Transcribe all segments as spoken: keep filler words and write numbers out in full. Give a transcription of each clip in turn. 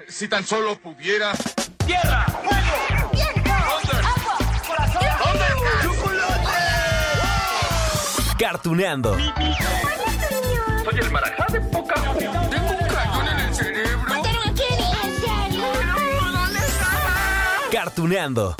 Si tan solo pudiera... ¡Tierra! ¡Fuego! ¡Viento! ¡Agua! ¡Corazón! ¡Chocolate! Cartuneando. Soy el marajá de Pocahontas. Tengo un cañón en el cerebro. ¿Mataron a Kenny? ¿En serio? ¿Dónde está? Cartuneando.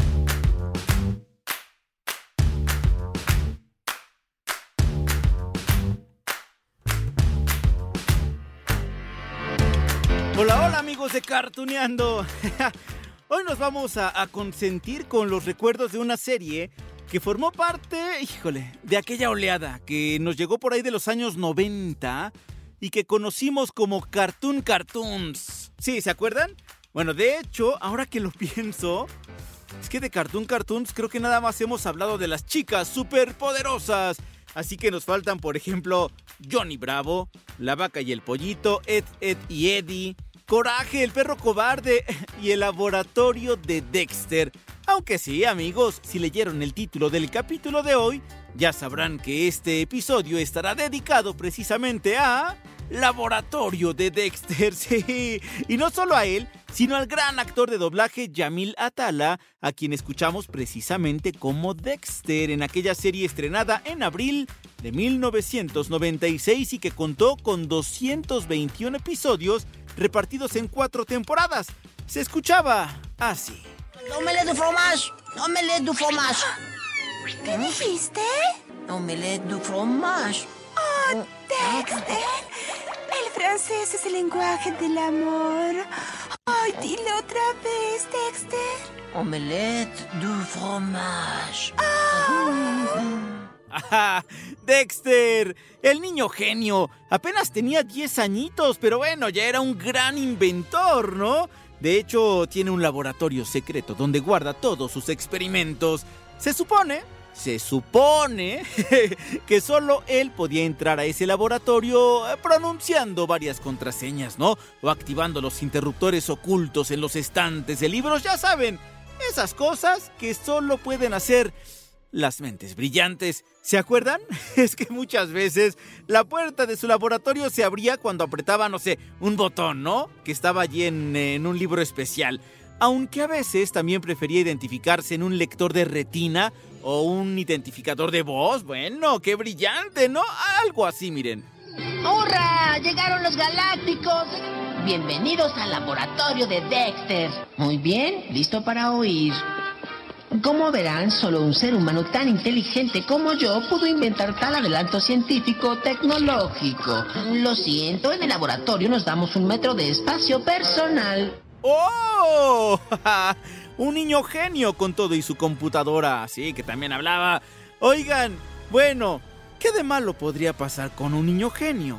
Hola, hola amigos de Cartuneando. Hoy nos vamos a, a consentir con los recuerdos de una serie que formó parte, híjole, de aquella oleada que nos llegó por ahí de los años noventa y que conocimos como Cartoon Cartoons. ¿Sí, se acuerdan? Bueno, de hecho, ahora que lo pienso, es que de Cartoon Cartoons creo que nada más hemos hablado de las chicas superpoderosas. Así que nos faltan, por ejemplo, Johnny Bravo, La Vaca y el Pollito, Ed, Ed y Eddie, Coraje, el perro cobarde y el laboratorio de Dexter. Aunque sí, amigos, si leyeron el título del capítulo de hoy, ya sabrán que este episodio estará dedicado precisamente a... Laboratorio de Dexter, sí. Y no solo a él, sino al gran actor de doblaje Yamil Atala, a quien escuchamos precisamente como Dexter en aquella serie estrenada en abril de mil novecientos noventa y seis y que contó con doscientos veintiún episodios repartidos en cuatro temporadas. Se escuchaba así. Omelette de fromage. Omelette de fromage. ¿Qué dijiste? Omelette de fromage. ¡Oh, Dexter! El francés es el lenguaje del amor. ¡Ay, dile otra vez, Dexter! Omelette de fromage. ¡Ah! ¡Dexter! El niño genio. Apenas tenía diez añitos, pero bueno, ya era un gran inventor, ¿no? De hecho, tiene un laboratorio secreto donde guarda todos sus experimentos. Se supone... Se supone que solo él podía entrar a ese laboratorio pronunciando varias contraseñas, ¿no? O activando los interruptores ocultos en los estantes de libros, ya saben, esas cosas que solo pueden hacer las mentes brillantes. ¿Se acuerdan? Es que muchas veces la puerta de su laboratorio se abría cuando apretaba, no sé, un botón, ¿no? Que estaba allí en, en un libro especial. Aunque a veces también prefería identificarse en un lector de retina o un identificador de voz. Bueno, qué brillante, ¿no? Algo así, miren. ¡Hurra! ¡Llegaron los galácticos! Bienvenidos al laboratorio de Dexter. Muy bien, listo para oír. Como verán, solo un ser humano tan inteligente como yo pudo inventar tal adelanto científico tecnológico. Lo siento, en el laboratorio nos damos un metro de espacio personal. ¡Oh! Un niño genio con todo y su computadora, sí, que también hablaba. Oigan, bueno, ¿qué de malo podría pasar con un niño genio?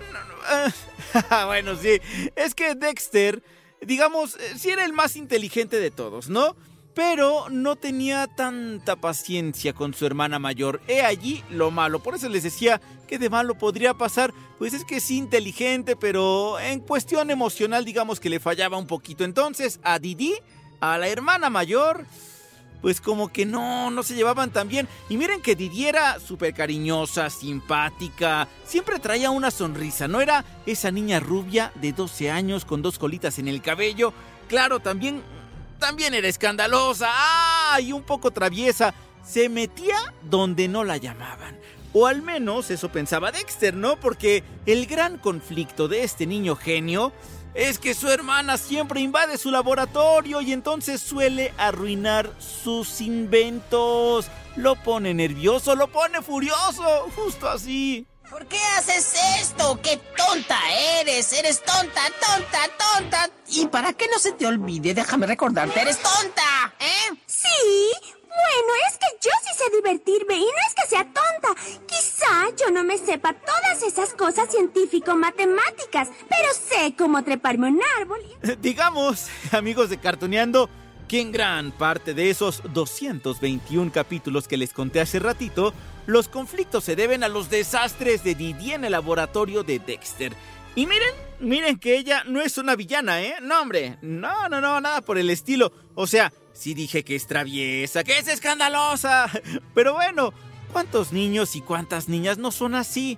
Bueno, sí, es que Dexter, digamos, sí era el más inteligente de todos, ¿no? Pero no tenía tanta paciencia con su hermana mayor. He allí lo malo. Por eso les decía, ¿qué de malo podría pasar? Pues es que sí inteligente, pero en cuestión emocional digamos que le fallaba un poquito. Entonces a Didi, a la hermana mayor, pues como que no, no se llevaban tan bien. Y miren que Didi era súper cariñosa, simpática, siempre traía una sonrisa. No era esa niña rubia de doce años con dos colitas en el cabello. Claro, también... También era escandalosa, ¡ah! Y un poco traviesa. Se metía donde no la llamaban. O al menos eso pensaba Dexter, ¿no? Porque el gran conflicto de este niño genio es que su hermana siempre invade su laboratorio y entonces suele arruinar sus inventos. Lo pone nervioso, lo pone furioso, justo así. ¿Por qué haces esto? ¡Qué tonta eres! ¡Eres tonta, tonta, tonta! Y para que no se te olvide, déjame recordarte, ¡eres tonta! ¿Eh? Sí, bueno, es que yo sí sé divertirme y no es que sea tonta. Quizá yo no me sepa todas esas cosas científico-matemáticas, pero sé cómo treparme un árbol. Y... Digamos, amigos de Cartuneando, que en gran parte de esos doscientos veintiún capítulos que les conté hace ratito, los conflictos se deben a los desastres de Didi en el laboratorio de Dexter. Y miren, miren que ella no es una villana, ¿eh? No, hombre, no, no, no, nada por el estilo. O sea, sí dije que es traviesa, que es escandalosa. Pero bueno, ¿cuántos niños y cuántas niñas no son así?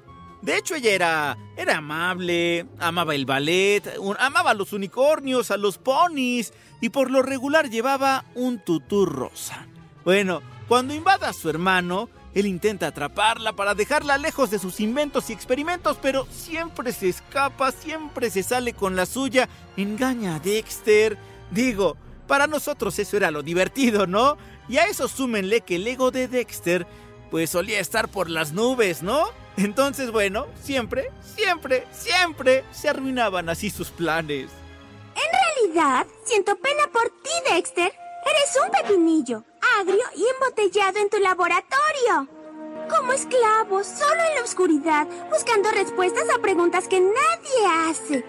De hecho, ella era, era amable, amaba el ballet, un, amaba a los unicornios, a los ponis, y por lo regular llevaba un tutú rosa. Bueno, cuando invada a su hermano, él intenta atraparla para dejarla lejos de sus inventos y experimentos, pero siempre se escapa, siempre se sale con la suya, engaña a Dexter. Digo, para nosotros eso era lo divertido, ¿no? Y a eso súmenle que el ego de Dexter, pues solía estar por las nubes, ¿no? Entonces, bueno, siempre, siempre, siempre se arruinaban así sus planes. En realidad, siento pena por ti, Dexter. Eres un pepinillo, agrio y embotellado en tu laboratorio. Como esclavo, solo en la oscuridad, buscando respuestas a preguntas que nadie hace.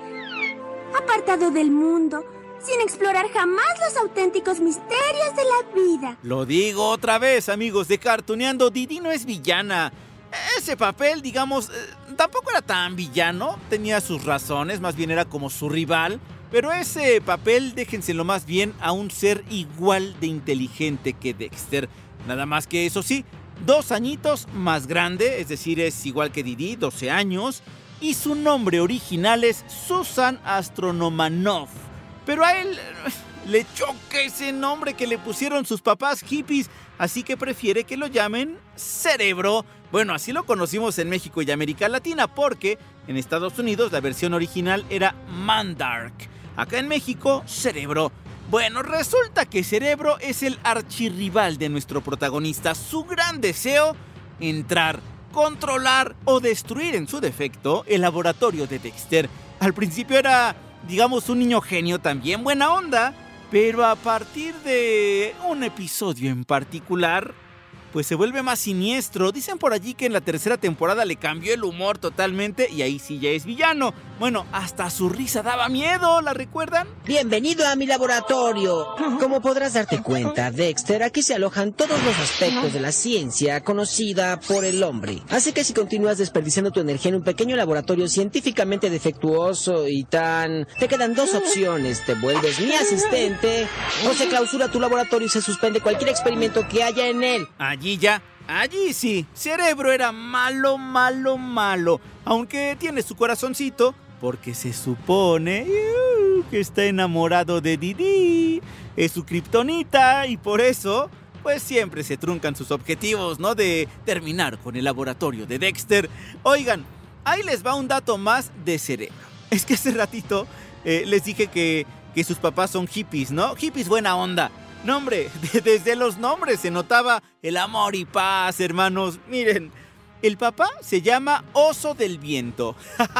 Apartado del mundo, sin explorar jamás los auténticos misterios de la vida. Lo digo otra vez, amigos de Cartuneando, Didi no es villana. Ese papel, digamos, eh, tampoco era tan villano. Tenía sus razones, más bien era como su rival. Pero ese papel déjenselo más bien a un ser igual de inteligente que Dexter. Nada más que eso sí, dos añitos más grande, es decir, es igual que Didi, doce años. Y su nombre original es Susan Astronomanov. Pero a él le choca ese nombre que le pusieron sus papás hippies, así que prefiere que lo llamen Cerebro. Bueno, así lo conocimos en México y América Latina, porque en Estados Unidos la versión original era Mandark. Acá en México, Cerebro. Bueno, resulta que Cerebro es el archirrival de nuestro protagonista. Su gran deseo, entrar, controlar o destruir en su defecto el laboratorio de Dexter. Al principio era, digamos, un niño genio también, buena onda, pero a partir de un episodio en particular, pues se vuelve más siniestro. Dicen por allí que en la tercera temporada le cambió el humor totalmente y ahí sí ya es villano. Bueno, hasta su risa daba miedo, ¿la recuerdan? Bienvenido a mi laboratorio. Como podrás darte cuenta, Dexter, aquí se alojan todos los aspectos de la ciencia conocida por el hombre. Así que si continúas desperdiciando tu energía en un pequeño laboratorio científicamente defectuoso y tan... te quedan dos opciones. Te vuelves mi asistente o se clausura tu laboratorio y se suspende cualquier experimento que haya en él. Allí ya, allí sí, Cerebro era malo, malo, malo. Aunque tiene su corazoncito, porque se supone uh, que está enamorado de Didi. Es su kriptonita y por eso, pues siempre se truncan sus objetivos, ¿no? De terminar con el laboratorio de Dexter. Oigan, ahí les va un dato más de Cerebro. Es que hace ratito eh, les dije que, que sus papás son hippies, ¿no? Hippies buena onda. No, hombre, desde los nombres se notaba el amor y paz, hermanos. Miren, el papá se llama Oso del Viento.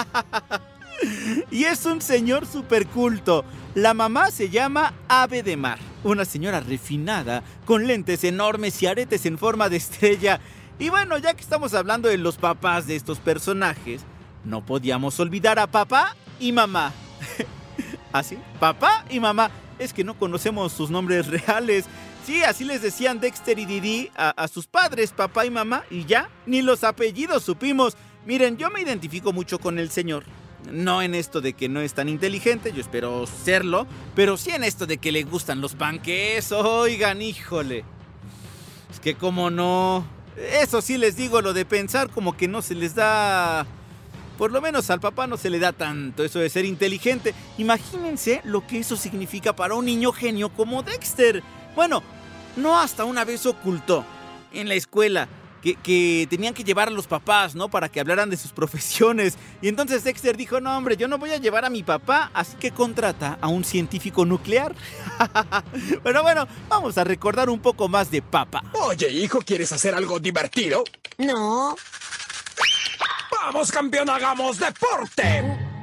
Y es un señor súper culto. La mamá se llama Ave de Mar. Una señora refinada, con lentes enormes y aretes en forma de estrella. Y bueno, ya que estamos hablando de los papás de estos personajes, no podíamos olvidar a papá y mamá. ¿Así? Papá y mamá. Es que no conocemos sus nombres reales. Sí, así les decían Dexter y Didi a, a sus padres, papá y mamá, y ya, ni los apellidos supimos. Miren, yo me identifico mucho con el señor. No en esto de que no es tan inteligente, yo espero serlo, pero sí en esto de que le gustan los panqués. Oigan, híjole. Es que cómo no... Eso sí les digo, lo de pensar como que no se les da... Por lo menos al papá no se le da tanto eso de ser inteligente. Imagínense lo que eso significa para un niño genio como Dexter. Bueno, no hasta una vez ocultó en la escuela que, que tenían que llevar a los papás, ¿no? Para que hablaran de sus profesiones. Y entonces Dexter dijo, no hombre, yo no voy a llevar a mi papá, así que contrata a un científico nuclear. Pero bueno, vamos a recordar un poco más de papá. Oye, hijo, ¿quieres hacer algo divertido? No. ¡Vamos, campeón, hagamos deporte!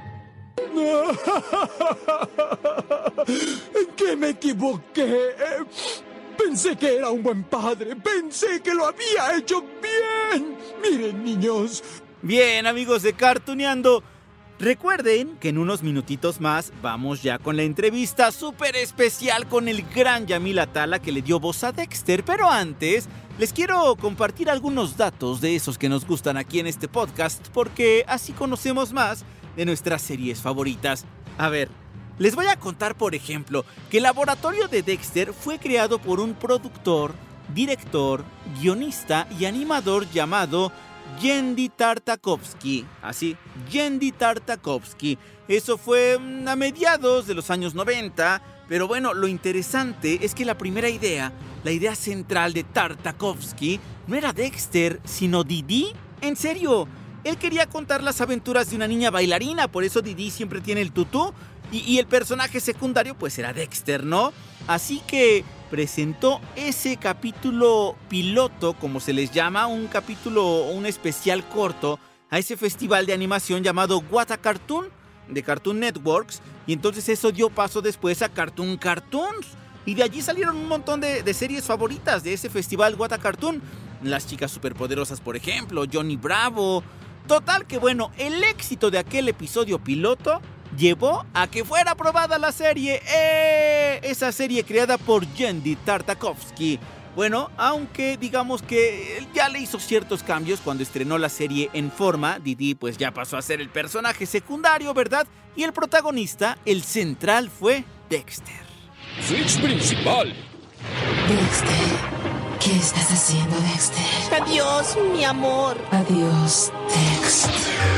¿En qué me equivoqué? Pensé que era un buen padre. Pensé que lo había hecho bien. Miren, niños. Bien, amigos de Cartuneando. Recuerden que en unos minutitos más vamos ya con la entrevista súper especial con el gran Yamil Atala que le dio voz a Dexter. Pero antes, les quiero compartir algunos datos de esos que nos gustan aquí en este podcast, porque así conocemos más de nuestras series favoritas. A ver, les voy a contar, por ejemplo, que el laboratorio de Dexter fue creado por un productor, director, guionista y animador llamado Genndy Tartakovsky. Así, Genndy Tartakovsky. Eso fue a mediados de los años noventa. Pero bueno, lo interesante es que la primera idea, la idea central de Tartakovsky, no era Dexter, sino Didi. ¿En serio? Él quería contar las aventuras de una niña bailarina, por eso Didi siempre tiene el tutú. Y, y el personaje secundario pues era Dexter, ¿no? Así que presentó ese capítulo piloto, como se les llama, un capítulo, un especial corto, a ese festival de animación llamado What a Cartoon, de Cartoon Networks, y entonces eso dio paso después a Cartoon Cartoons, y de allí salieron un montón de, de series favoritas de ese festival What a Cartoon, Las Chicas Superpoderosas, por ejemplo, Johnny Bravo. Total que bueno, el éxito de aquel episodio piloto llevó a que fuera aprobada la serie, ¡eh! Esa serie creada por Genndy Tartakovsky. Bueno, aunque digamos que él ya le hizo ciertos cambios cuando estrenó la serie en forma, Didi pues ya pasó a ser el personaje secundario, ¿verdad? Y el protagonista, el central, fue Dexter. Switch principal. Dexter, ¿qué estás haciendo, Dexter? Adiós, mi amor. Adiós, Dexter.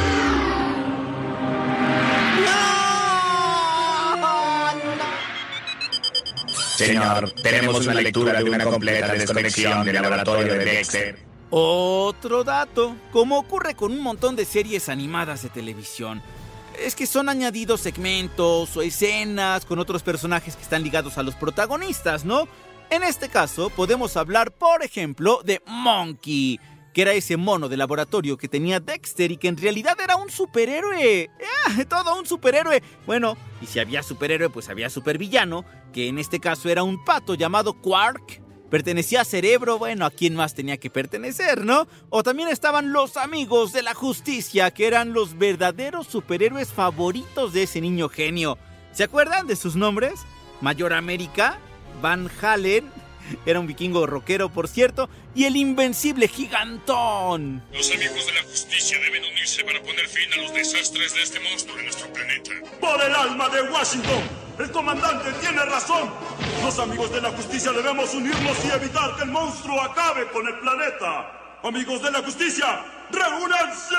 Señor, tenemos una lectura de una completa desconexión del laboratorio de Dexter. Otro dato, como ocurre con un montón de series animadas de televisión, es que son añadidos segmentos o escenas con otros personajes que están ligados a los protagonistas, ¿no? En este caso, podemos hablar, por ejemplo, de Monkey, que era ese mono de laboratorio que tenía Dexter y que en realidad era un superhéroe. ¡Ah! Todo un superhéroe. Bueno, y si había superhéroe, pues había supervillano, que en este caso era un pato llamado Quark. Pertenecía a Cerebro, bueno, ¿a quién más tenía que pertenecer, no? O también estaban los amigos de la justicia, que eran los verdaderos superhéroes favoritos de ese niño genio. ¿Se acuerdan de sus nombres? Mayor América, Van Halen, era un vikingo rockero, por cierto, y el invencible Gigantón. Los amigos de la justicia deben unirse para poner fin a los desastres de este monstruo en nuestro planeta. ¡Por el alma de Washington! ¡El comandante tiene razón! Los amigos de la justicia debemos unirnos y evitar que el monstruo acabe con el planeta. ¡Amigos de la justicia, reúnanse!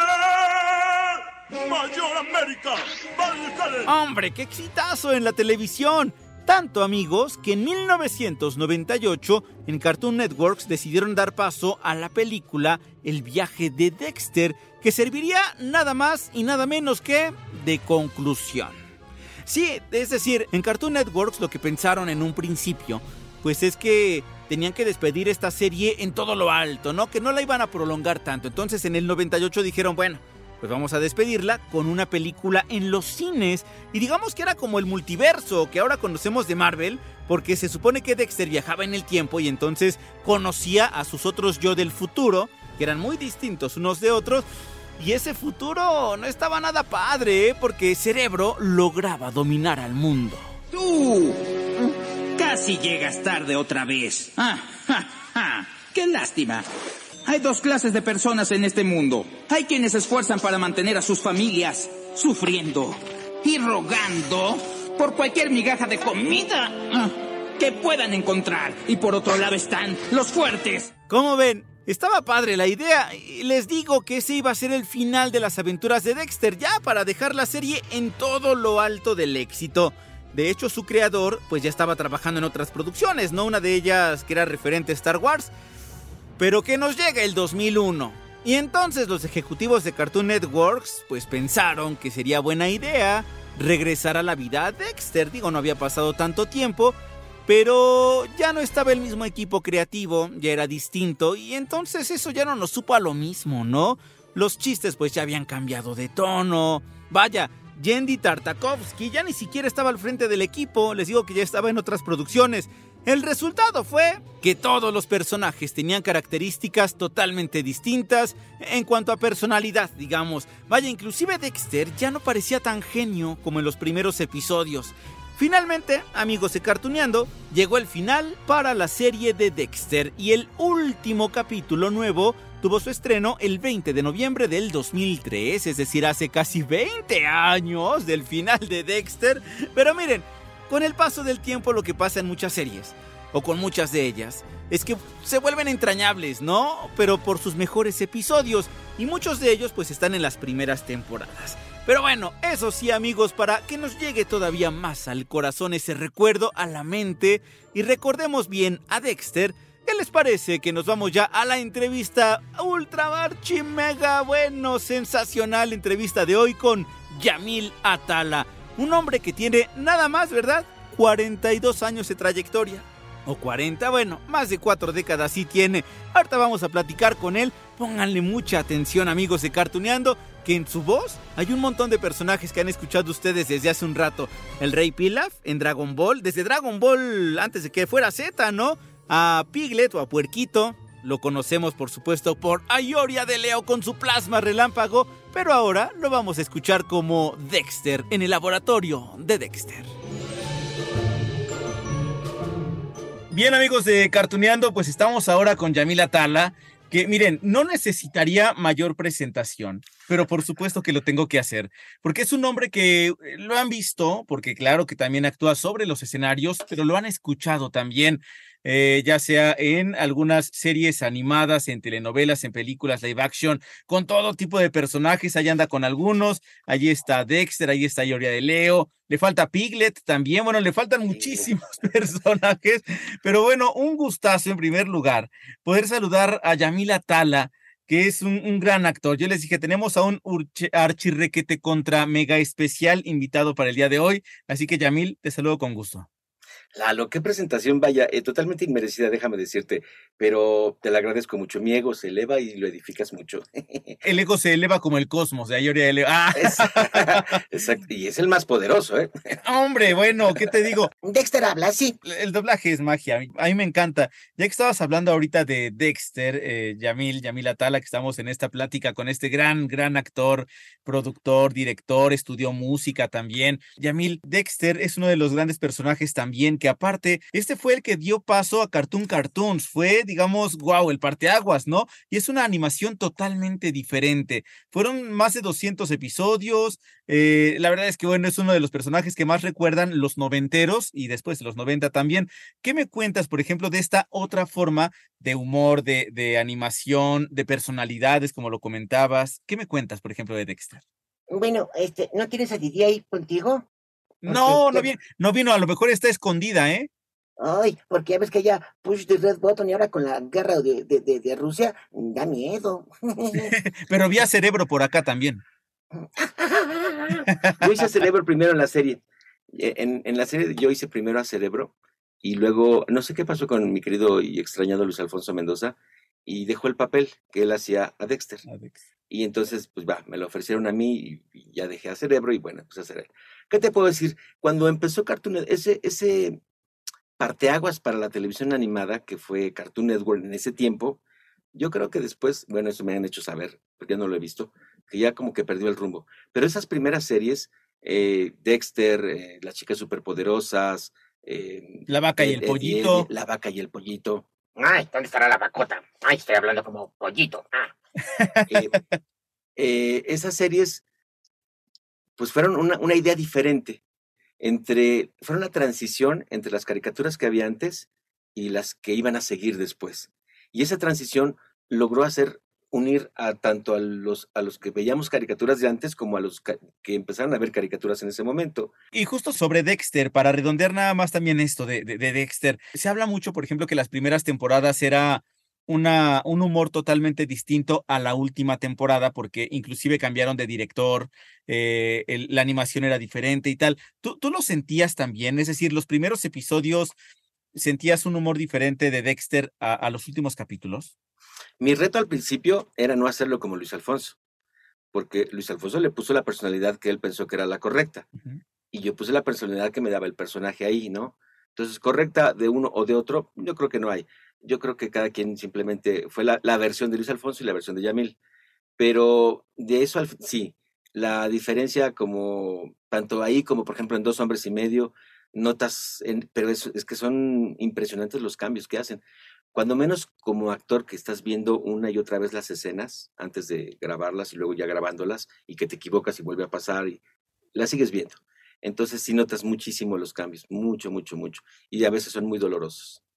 ¡Mayor América! ¡Van! ¡Hombre, qué exitazo en la televisión! Tanto, amigos, que en mil novecientos noventa y ocho en Cartoon Networks decidieron dar paso a la película El viaje de Dexter, que serviría nada más y nada menos que de conclusión. Sí, es decir, en Cartoon Networks lo que pensaron en un principio, pues es que tenían que despedir esta serie en todo lo alto, ¿no? Que no la iban a prolongar tanto. Entonces en el noventa y ocho dijeron, bueno, pues vamos a despedirla con una película en los cines. Y digamos que era como el multiverso que ahora conocemos de Marvel, porque se supone que Dexter viajaba en el tiempo y entonces conocía a sus otros yo del futuro, que eran muy distintos unos de otros. Y ese futuro no estaba nada padre, ¿eh? Porque Cerebro lograba dominar al mundo. ¡Tú! Casi llegas tarde otra vez. ¡Ah, ja, ja! ¡Qué lástima! Hay dos clases de personas en este mundo. Hay quienes se esfuerzan para mantener a sus familias sufriendo y rogando por cualquier migaja de comida que puedan encontrar. Y por otro lado están los fuertes. ¿Cómo ven? Estaba padre la idea y les digo que ese iba a ser el final de las aventuras de Dexter, ya para dejar la serie en todo lo alto del éxito. De hecho, su creador pues ya estaba trabajando en otras producciones, ¿no? Una de ellas que era referente a Star Wars. Pero que nos llega el dos mil uno. Y entonces los ejecutivos de Cartoon Networks pues pensaron que sería buena idea regresar a la vida a Dexter. Digo, no había pasado tanto tiempo, pero ya no estaba el mismo equipo creativo, ya era distinto. Y entonces eso ya no nos supo a lo mismo, ¿no? Los chistes pues ya habían cambiado de tono. Vaya, Genndy Tartakovsky ya ni siquiera estaba al frente del equipo. Les digo que ya estaba en otras producciones. El resultado fue que todos los personajes tenían características totalmente distintas en cuanto a personalidad, digamos. Vaya, inclusive Dexter ya no parecía tan genio como en los primeros episodios. Finalmente, amigos de Cartooneando, llegó el final para la serie de Dexter y el último capítulo nuevo tuvo su estreno el veinte de noviembre del dos mil tres, es decir, hace casi veinte años del final de Dexter. Pero miren, con el paso del tiempo lo que pasa en muchas series, o con muchas de ellas, es que se vuelven entrañables, ¿no? Pero por sus mejores episodios, y muchos de ellos pues están en las primeras temporadas. Pero bueno, eso sí, amigos, para que nos llegue todavía más al corazón ese recuerdo, a la mente, y recordemos bien a Dexter, ¿qué les parece que nos vamos ya a la entrevista ultra archi mega bueno, sensacional entrevista de hoy con Yamil Atala? Un hombre que tiene nada más, ¿verdad?, cuarenta y dos años de trayectoria. O cuarenta, bueno, más de cuatro décadas sí tiene. Ahorita vamos a platicar con él. Pónganle mucha atención, amigos de Cartuneando, que en su voz hay un montón de personajes que han escuchado ustedes desde hace un rato. El Rey Pilaf en Dragon Ball, desde Dragon Ball antes de que fuera Z, ¿no? A Piglet o a Puerquito. Lo conocemos, por supuesto, por Ayoria de Leo con su plasma relámpago. Pero ahora lo vamos a escuchar como Dexter en el laboratorio de Dexter. Bien, amigos de Cartuneando, pues estamos ahora con Yamil Atala, que miren, no necesitaría mayor presentación, pero por supuesto que lo tengo que hacer, porque es un hombre que lo han visto, porque claro que también actúa sobre los escenarios, pero lo han escuchado también, eh, ya sea en algunas series animadas, en telenovelas, en películas, live action, con todo tipo de personajes. Ahí anda con algunos, allí está Dexter, ahí está Ayoria de Leo, le falta Piglet también, bueno, le faltan muchísimos personajes, pero bueno, un gustazo en primer lugar, poder saludar a Yamil Atala, que es un, un gran actor. Yo les dije, tenemos a un urche, archirrequete contra mega especial invitado para el día de hoy, así que Yamil, te saludo con gusto. Lalo, qué presentación, vaya, eh, totalmente inmerecida, déjame decirte, pero te la agradezco mucho. Mi ego se eleva y lo edificas mucho. El ego se eleva como el cosmos de Ayoria de Leo. ¡Ah! Es, exacto, y es el más poderoso, ¿eh? Hombre, bueno, ¿qué te digo? Dexter habla, sí. El doblaje es magia, a mí me encanta. Ya que estabas hablando ahorita de Dexter, eh, Yamil, Yamil Atala, que estamos en esta plática con este gran, gran actor, productor, director, estudió música también. Yamil, Dexter es uno de los grandes personajes también, que aparte, este fue el que dio paso a Cartoon Cartoons, fue, digamos, wow, el parteaguas, ¿no? Y es una animación totalmente diferente. Fueron más de doscientos episodios, eh, la verdad es que, bueno, es uno de los personajes que más recuerdan los noventeros y después de los noventa también. ¿Qué me cuentas, por ejemplo, de esta otra forma de humor, de, de animación, de personalidades, como lo comentabas? ¿Qué me cuentas, por ejemplo, de Dexter? Bueno, este, ¿no tienes a Didi ahí contigo? No, no vino, no vino, a lo mejor está escondida, ¿eh? Ay, porque ya ves que ya push the red button y ahora con la guerra de, de, de, de Rusia, da miedo. Pero vi a Cerebro por acá también. Yo hice a Cerebro primero en la serie. En, en la serie yo hice primero a Cerebro y luego, no sé qué pasó con mi querido y extrañado Luis Alfonso Mendoza, y dejó el papel que él hacía a Dexter. A Dexter. Y entonces, pues va, me lo ofrecieron a mí y, y ya dejé a Cerebro y bueno, pues a hacer. ¿Qué te puedo decir? Cuando empezó Cartoon, ese, ese parteaguas para la televisión animada, que fue Cartoon Network en ese tiempo, yo creo que después, bueno, eso me han hecho saber, porque ya no lo he visto, que ya como que perdió el rumbo. Pero esas primeras series, eh, Dexter, eh, Las Chicas Superpoderosas, eh, La Vaca y el eh, Pollito. Eh, la Vaca y el Pollito. Ay, ¿dónde estará la vacota? Ay, estoy hablando como pollito. Ah. eh, eh, esas series, pues fueron una, una idea diferente. Entre, fueron una transición entre las caricaturas que había antes y las que iban a seguir después. Y esa transición logró hacer unir a tanto a los, a los que veíamos caricaturas de antes como a los ca- que empezaron a ver caricaturas en ese momento. Y justo sobre Dexter, para redondear nada más también esto de, de, de Dexter, se habla mucho, por ejemplo, que las primeras temporadas era una, un humor totalmente distinto a la última temporada, porque inclusive cambiaron de director, eh, el, la animación era diferente y tal. ¿Tú, ¿Tú lo sentías también? Es decir, los primeros episodios, ¿sentías un humor diferente de Dexter a, a los últimos capítulos? Mi reto al principio era no hacerlo como Luis Alfonso, porque Luis Alfonso le puso la personalidad que él pensó que era la correcta, uh-huh. y yo puse la personalidad que me daba el personaje ahí, ¿no? Entonces, correcta de uno o de otro, yo creo que no hay. Yo creo que cada quien simplemente fue la, la versión de Luis Alfonso y la versión de Yamil, pero de eso al sí, la diferencia como, tanto ahí como por ejemplo en Dos Hombres y Medio, notas, en, pero es, es que son impresionantes los cambios que hacen. Cuando menos como actor que estás viendo una y otra vez las escenas antes de grabarlas y luego ya grabándolas y que te equivocas y vuelve a pasar y las sigues viendo. Entonces sí notas muchísimo los cambios, mucho, mucho, mucho. Y a veces son muy dolorosos.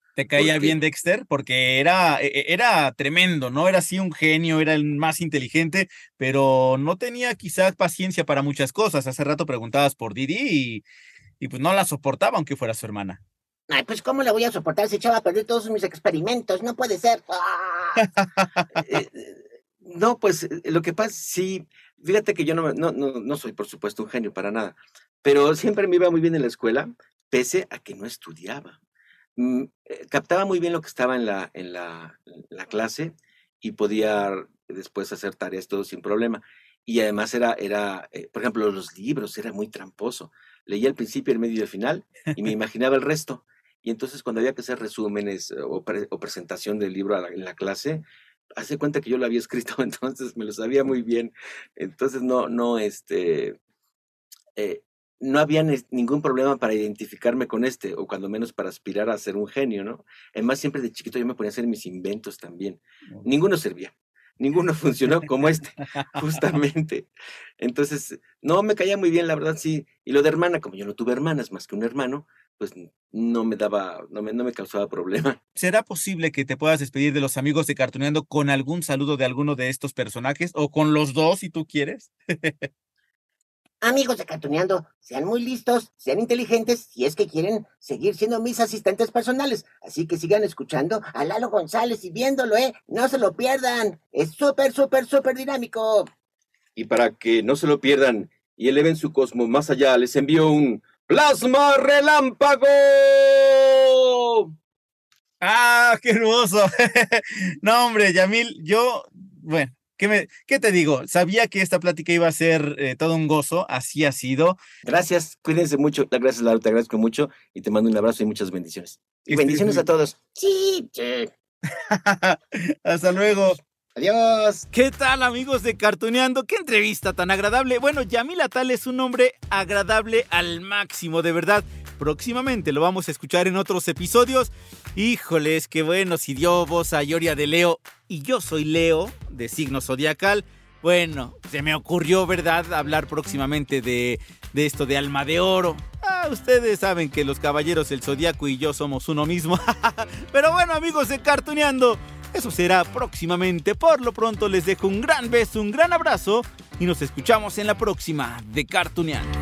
¿Te caía Porque- bien Dexter? Porque era, e- era tremendo, ¿no? Era así un genio, era el más inteligente, pero no tenía quizá paciencia para muchas cosas. Hace rato preguntabas por Didi y, y pues no la soportaba aunque fuera su hermana. Ay, pues ¿cómo la voy a soportar? Se echaba a perder todos mis experimentos. No puede ser. ¡Ah! Eh, no, pues eh, lo que pasa, sí, fíjate que yo no, me- no, no, no soy, por supuesto, un genio para nada, pero siempre me iba muy bien en la escuela, pese a que no estudiaba. Mm, eh, captaba muy bien lo que estaba en la, en la, en la clase y podía después hacer tareas todo sin problema. Y además era, era eh, por ejemplo, los libros, era muy tramposo. Leía el principio, el medio y el final y me imaginaba el resto. Y entonces cuando había que hacer resúmenes eh, o, pre- o presentación del libro a la- en la clase, hace cuenta que yo lo había escrito, entonces me lo sabía muy bien. Entonces no, no, este, eh, no había ni- ningún problema para identificarme con este, o cuando menos para aspirar a ser un genio, ¿no? Además, siempre de chiquito yo me ponía a hacer mis inventos también. Ninguno servía, ninguno funcionó como este, justamente. Entonces, no, me caía muy bien, la verdad, sí. Y lo de hermana, como yo no tuve hermanas más que un hermano, pues no me daba, no me, no me causaba problema. ¿Será posible que te puedas despedir de los amigos de Cartuneando con algún saludo de alguno de estos personajes? ¿O con los dos, si tú quieres? Amigos de Cartuneando, sean muy listos, sean inteligentes si es que quieren seguir siendo mis asistentes personales. Así que sigan escuchando a Lalo González y viéndolo, ¿eh? No se lo pierdan. Es súper, súper, súper dinámico. Y para que no se lo pierdan y eleven su cosmos más allá, les envío un plasma relámpago. ¡Ah, qué hermoso! No, hombre, Yamil, yo, bueno, ¿qué, me, ¿qué te digo? Sabía que esta plática iba a ser eh, todo un gozo, así ha sido. Gracias, cuídense mucho. Gracias, Lalo, te agradezco mucho y te mando un abrazo y muchas bendiciones. Y Estés bendiciones muy- a todos. Sí, sí. Hasta luego. Adiós. ¿Qué tal, amigos de Cartuneando? ¡Qué entrevista tan agradable! Bueno, Yamil Atal es un hombre agradable al máximo, de verdad. Próximamente lo vamos a escuchar en otros episodios. Híjoles, qué bueno, si dio voz a Yoria de Leo y yo soy Leo, de signo zodiacal. Bueno, se me ocurrió, ¿verdad?, hablar próximamente de, de esto de Alma de Oro. Ah, ustedes saben que los caballeros del zodiaco y yo somos uno mismo. Pero bueno, amigos de Cartuneando, eso será próximamente. Por lo pronto les dejo un gran beso, un gran abrazo y nos escuchamos en la próxima de Cartuneando.